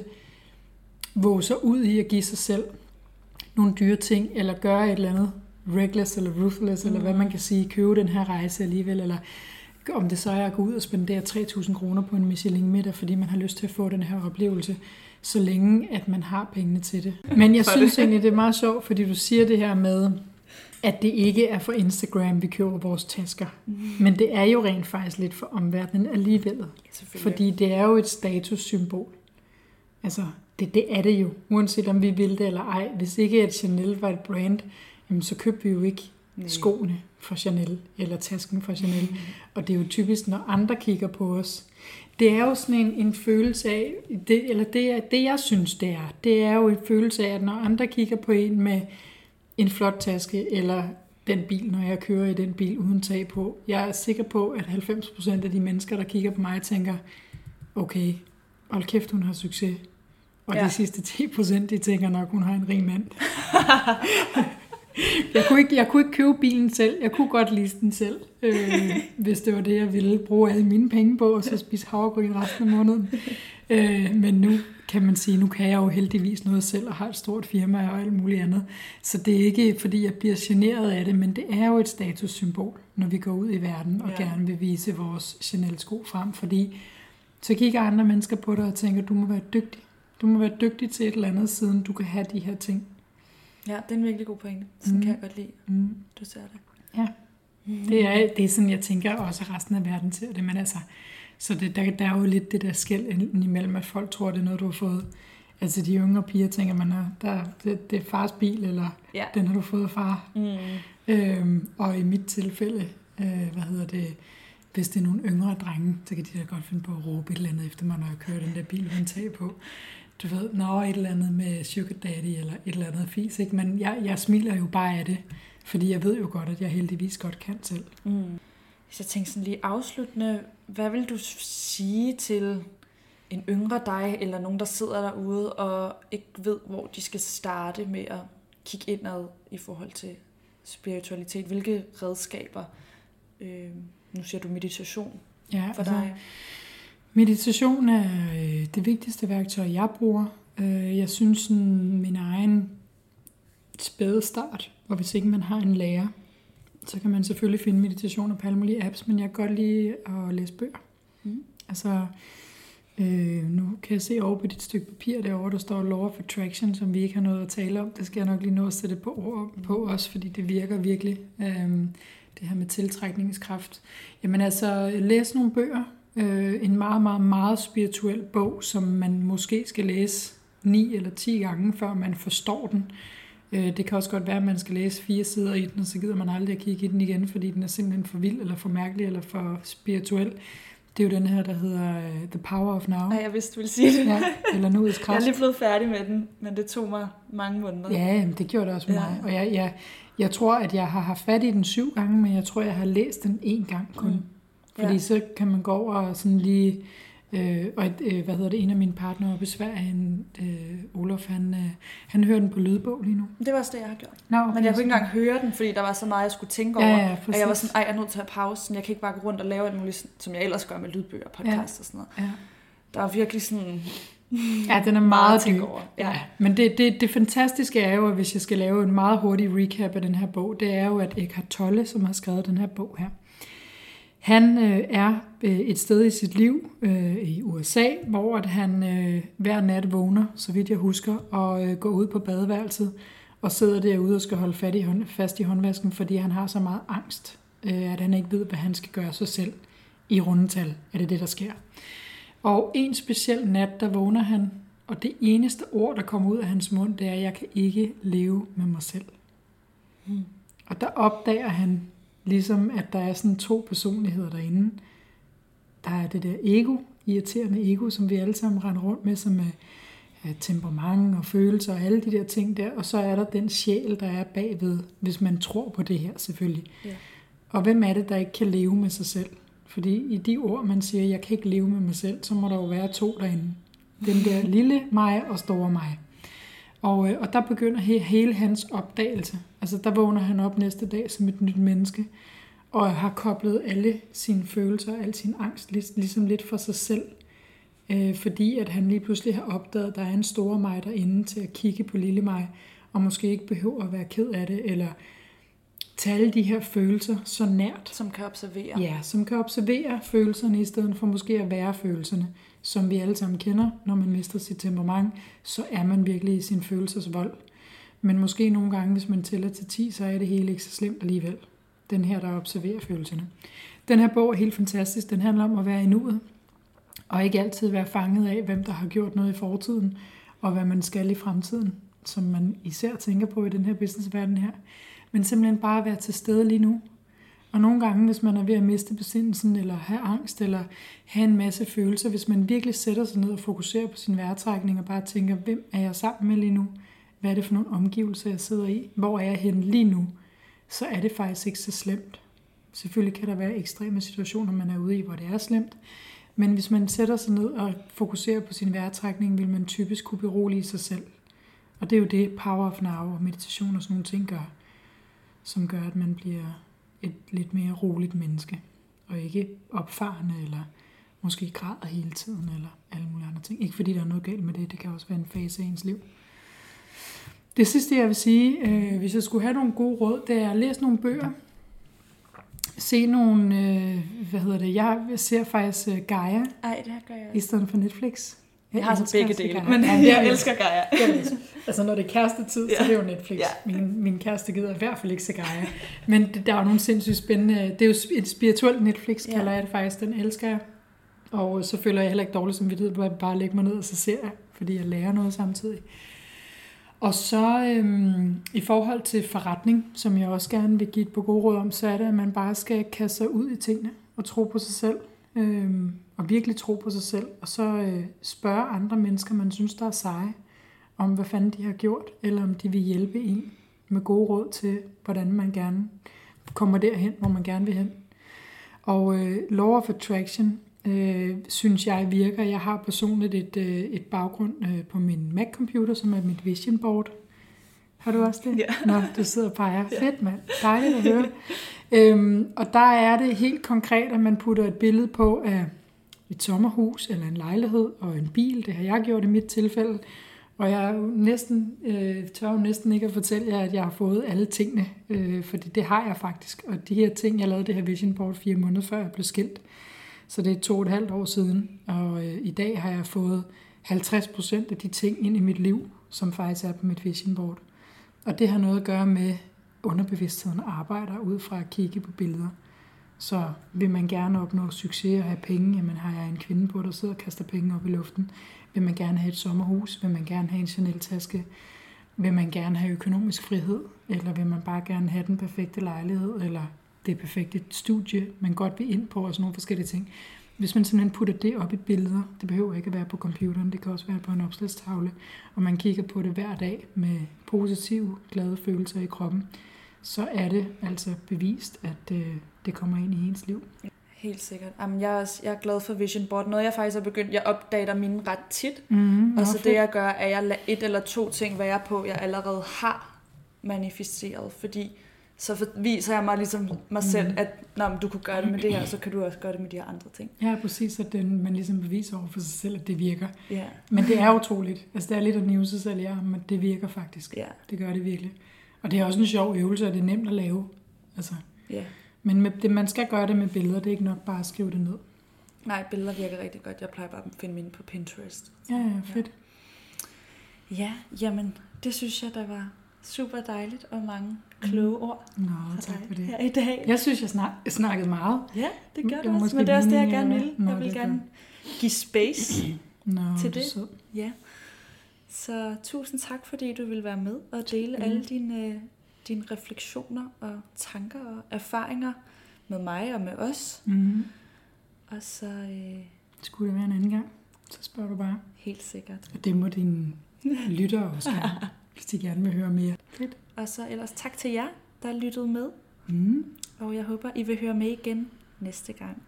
våge sig ud i at give sig selv nogle dyre ting, eller gøre et eller andet reckless, eller ruthless, mm. eller hvad man kan sige, købe den her rejse alligevel, eller om det så er at gå ud og spendere tre tusind kroner på en Michelin-middag, fordi man har lyst til at få den her oplevelse, så længe at man har pengene til det. Men jeg synes egentlig, det er meget sjovt, fordi du siger det her med, at det ikke er for Instagram, vi køber vores tasker. Mm. Men det er jo rent faktisk lidt for omverdenen alligevel. Fordi det er jo et statussymbol. Altså, det, det er det jo. Uanset om vi vil det eller ej. Hvis ikke at Chanel var et brand, jamen, så købte vi jo ikke Nej. skoene fra Chanel, eller tasken fra Chanel. Mm. Og det er jo typisk, når andre kigger på os. Det er jo sådan en, en følelse af, det, eller det, det jeg synes det er, det er jo en følelse af, at når andre kigger på en med en flot taske, eller den bil, når jeg kører i den bil uden tag på. Jeg er sikker på, at halvfems procent af de mennesker, der kigger på mig, tænker, okay, hold kæft, hun har succes. Og ja. de sidste ti procent, de tænker nok, hun har en rig mand. jeg, kunne ikke, jeg kunne ikke købe bilen selv. Jeg kunne godt lease den selv, øh, hvis det var det, jeg ville bruge alle mine penge på, og så spise havregryn resten af måneden. Øh, men nu kan man sige, nu kan jeg jo heldigvis noget selv, og har et stort firma og alt muligt andet. Så det er ikke, fordi jeg bliver generet af det, men det er jo et statussymbol, når vi går ud i verden og ja. gerne vil vise vores Chanel-sko frem, fordi så kigger andre mennesker på dig og tænker, du må være dygtig. Du må være dygtig til et eller andet, siden du kan have de her ting. Ja, det er en virkelig god pointe. Sådan mm. kan jeg godt lide, mm. du ser det. Ja, mm. det, er, det er sådan, jeg tænker også, at resten af verden ser det, men altså, så det, der, der er jo lidt det der skel imellem, at folk tror, det er noget, du har fået. Altså de yngre piger tænker, man er, der, det, det er fars bil, eller ja. den har du fået af far. Mm. Øhm, og i mit tilfælde, øh, hvad hedder det, hvis det er nogle yngre drenge, så kan de da godt finde på at råbe et eller andet efter mig, når jeg kører den der bil uden tag på. Du ved, nå, et eller andet med sugar daddy, eller et eller andet fis, ikke? Men jeg, jeg smiler jo bare af det, fordi jeg ved jo godt, at jeg heldigvis godt kan selv. Mm. Hvis jeg tænker sådan lige afsluttende, hvad vil du sige til en yngre dig, eller nogen, der sidder derude og ikke ved, hvor de skal starte med at kigge indad i forhold til spiritualitet? Hvilke redskaber, øh, nu siger du meditation ja, for dig? Altså, meditation er øh, det vigtigste værktøj, jeg bruger. Øh, jeg synes, sådan, min egen spæde start, og hvis ikke man har en lærer, så kan man selvfølgelig finde meditationer på alle mulige apps, men jeg kan godt lide at læse bøger. Mm. Altså, øh, nu kan jeg se over på dit stykke papir derovre, der står Law of Attraction, som vi ikke har noget at tale om. Det skal jeg nok lige nå at sætte på ord på også, fordi det virker virkelig, øh, det her med tiltrækningskraft. Jamen altså, læs nogle bøger. Øh, en meget, meget, meget spirituel bog, som man måske skal læse ni eller ti gange, før man forstår den. Det kan også godt være, at man skal læse fire sider i den, og så gider man aldrig at kigge i den igen, fordi den er simpelthen for vild, eller for mærkelig, eller for spirituel. Det er jo den her, der hedder The Power of Now. Ja, jeg vidste, du ville sige det. Ja, eller Nuets kraft. Jeg er lige blevet færdig med den, men det tog mig mange måneder. Ja, det gjorde det også med ja. mig. Og jeg, jeg, jeg tror, at jeg har haft fat i den syv gange, men jeg tror, jeg har læst den én gang kun. Mm. Fordi ja. så kan man gå over og sådan lige... Øh, og et, øh, hvad hedder det, en af mine partnere oppe i Sverige, en, øh, Olof, han, øh, han hører den på lydbog lige nu. Det var også det, jeg har gjort. Nå, okay. Men jeg kunne ikke engang høre den, fordi der var så meget, jeg skulle tænke over. Ja, ja, og jeg var sådan, ej, jeg er nødt til at have pausen. Jeg kan ikke bare gå rundt og lave alt muligt, som jeg ellers gør med lydbøger og podcast ja. og sådan noget. Ja. Der er virkelig sådan... Ja, den er meget dyb. Over. Ja. Ja. Men det, det, det fantastiske er jo, at hvis jeg skal lave en meget hurtig recap af den her bog, det er jo, at Eckhart Tolle, som har skrevet den her bog her, han øh, er øh, et sted i sit liv øh, i U S A, hvor at han øh, hver nat vågner, så vidt jeg husker, og øh, går ud på badeværelset og sidder derude og skal holde fat i hånd, fast i håndvasken, fordi han har så meget angst, øh, at han ikke ved, hvad han skal gøre sig selv. I rundetal er det det, der sker. Og en speciel nat, der vågner han, og det eneste ord, der kommer ud af hans mund, det er, jeg kan ikke leve med mig selv. Mm. Og der opdager han ligesom, at der er sådan to personligheder derinde. Der er det der ego, irriterende ego, som vi alle sammen render rundt med, som er temperament og følelser og alle de der ting der. Og så er der den sjæl, der er bagved, hvis man tror på det her selvfølgelig. Ja. Og hvem er det, der ikke kan leve med sig selv? Fordi i de ord, man siger, jeg kan ikke leve med mig selv, så må der jo være to derinde. Den der lille mig og store mig. Og, og der begynder he, hele hans opdagelse. Altså der vågner han op næste dag som et nyt menneske, og har koblet alle sine følelser og al sin angst ligesom lidt for sig selv. Øh, fordi at han lige pludselig har opdaget, at der er en store mig derinde til at kigge på lille mig, og måske ikke behøver at være ked af det, eller tage alle de her følelser så nært. Som kan observere. Ja, som kan observere følelserne, i stedet for måske at være følelserne, som vi alle sammen kender. Når man mister sit temperament, så er man virkelig i sin følelsesvold. Men måske nogle gange, hvis man tæller til ti, så er det hele ikke så slemt alligevel. Den her, der observerer følelserne. Den her bog er helt fantastisk. Den handler om at være i nuet. Og ikke altid være fanget af, hvem der har gjort noget i fortiden, og hvad man skal i fremtiden, som man især tænker på i den her businessverden her. Men simpelthen bare være til stede lige nu. Og nogle gange, hvis man er ved at miste besindelsen, eller have angst, eller have en masse følelser, hvis man virkelig sætter sig ned og fokuserer på sin vejrtrækning, og bare tænker, hvem er jeg sammen med lige nu? Hvad er det for nogle omgivelser, jeg sidder i? Hvor er jeg henne lige nu? Så er det faktisk ikke så slemt. Selvfølgelig kan der være ekstreme situationer, man er ude i, hvor det er slemt. Men hvis man sætter sig ned og fokuserer på sin vejrtrækning, vil man typisk kunne berolige sig selv. Og det er jo det, power of now og meditation og sådan nogle ting gør, som gør, at man bliver et lidt mere roligt menneske. Og ikke opfarende, eller måske græder hele tiden, eller alle mulige andre ting. Ikke fordi der er noget galt med det, det kan også være en fase af ens liv. Det sidste, jeg vil sige, øh, hvis jeg skulle have nogle gode råd, det er at læse nogle bøger. Se nogle, øh, hvad hedder det, jeg ser faktisk uh, Gaia. Ej, det gør jeg i stedet for Netflix. Jeg, jeg har så begge dele, Gaia. men ja, jeg, jeg elsker Gaia. Altså når det er kærestetid, ja. Så det er jo Netflix. Ja. Min, min kæreste gider i hvert fald ikke se Gaia. Men det, der er jo nogle sindssygt spændende, det er jo et spirituelt Netflix, kalder ja. jeg det faktisk, den elsker jeg. Og så føler jeg heller ikke dårligt samvittighed, hvor jeg bare lægger mig ned og så ser jeg, fordi jeg lærer noget samtidig. Og så øhm, i forhold til forretning, som jeg også gerne vil give et par gode råd om, så er det, at man bare skal kaste sig ud i tingene og tro på sig selv. Øhm, og virkelig tro på sig selv. Og så øh, spørge andre mennesker, man synes, der er seje, om hvad fanden de har gjort, eller om de vil hjælpe en med gode råd til, hvordan man gerne kommer derhen, hvor man gerne vil hen. Og øh, Law of Attraction, Øh, synes jeg virker. Jeg har personligt et, øh, et baggrund øh, på min Mac-computer, som er mit vision board. Har du også det? Ja. Nå, du sidder og peger. Ja. Fedt, mand. Dejligt at høre. øhm, og der er det helt konkret, at man putter et billede på af et sommerhus, eller en lejlighed, og en bil. Det har jeg gjort i mit tilfælde. Og jeg er jo næsten, øh, tør jo næsten ikke at fortælle jer, at jeg har fået alle tingene. Øh, fordi det har jeg faktisk. Og de her ting, jeg lavede det her vision board fire måneder før jeg blev skilt. Så det er to og et halvt år siden, og øh, i dag har jeg fået halvtreds procent af de ting ind i mit liv, som faktisk er på mit vision board. Og det har noget at gøre med underbevidstheden arbejder ud fra at kigge på billeder. Så vil man gerne opnå succes og have penge, jamen har jeg en kvinde på, der sidder og kaster penge op i luften. Vil man gerne have et sommerhus? Vil man gerne have en Chanel-taske? Vil man gerne have økonomisk frihed? Eller vil man bare gerne have den perfekte lejlighed? Eller det perfekte studie, man godt vil ind på, og sådan nogle forskellige ting. Hvis man simpelthen putter det op i billeder, det behøver ikke at være på computeren, det kan også være på en opslagstavle, og man kigger på det hver dag med positive, glade følelser i kroppen, så er det altså bevist, at øh, det kommer ind i ens liv. Helt sikkert. Jamen, jeg, er også, jeg er glad for vision board. Noget jeg faktisk har begyndt, jeg opdater mine ret tit, mm, og så det jeg gør, er at jeg lader et eller to ting være på, jeg allerede har manifesteret, fordi så viser jeg mig ligesom mig selv, at nå, men du kunne gøre det med det her, så kan du også gøre det med de her andre ting. Ja, præcis, at den, man ligesom beviser over for sig selv, at det virker. Ja. Men det er utroligt. Altså, det er lidt at nive sig selv i armen, men det virker faktisk. Ja. Det gør det virkelig. Og det er også en sjov øvelse, og det er nemt at lave. Altså. Ja. Men med det, man skal gøre det med billeder, det er ikke nok bare at skrive det ned. Nej, billeder virker rigtig godt. Jeg plejer bare at finde mine på Pinterest. Ja, ja, fedt. Ja, ja jamen, det synes jeg, der var super dejligt, og mange kloge ord. Nå, tak for det. Her i dag. Jeg synes, jeg snak, snakkede meget. Ja, det gør det også, men det er også det, jeg gerne vil. Nå, jeg vil gerne give space Nå, til det. Sød. Ja. Så tusind tak, fordi du vil være med og dele alle dine, dine refleksioner og tanker og erfaringer med mig og med os. Mm-hmm. Og så... Øh, Skulle det være en anden gang, så spørger du bare. Helt sikkert. Og det må dine lyttere også gerne, hvis de gerne vil høre mere. Fedt. Og så ellers tak til jer, der lyttede med. Mm. Og jeg håber, I vil høre med igen næste gang.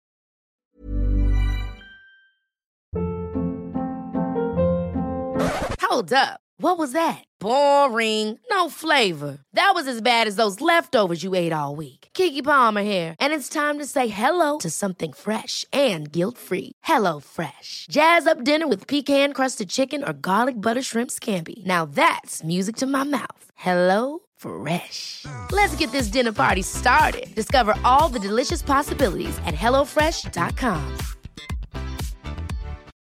Hold up. What was that? Boring. No flavor. That was as bad as those leftovers you ate all week. Keke Palmer here, and it's time to say hello to something fresh and guilt-free. Hello Fresh. Jazz up dinner with pecan-crusted chicken or garlic butter shrimp scampi. Now that's music to my mouth. Hello Fresh. Let's get this dinner party started. Discover all the delicious possibilities at hello fresh dot com.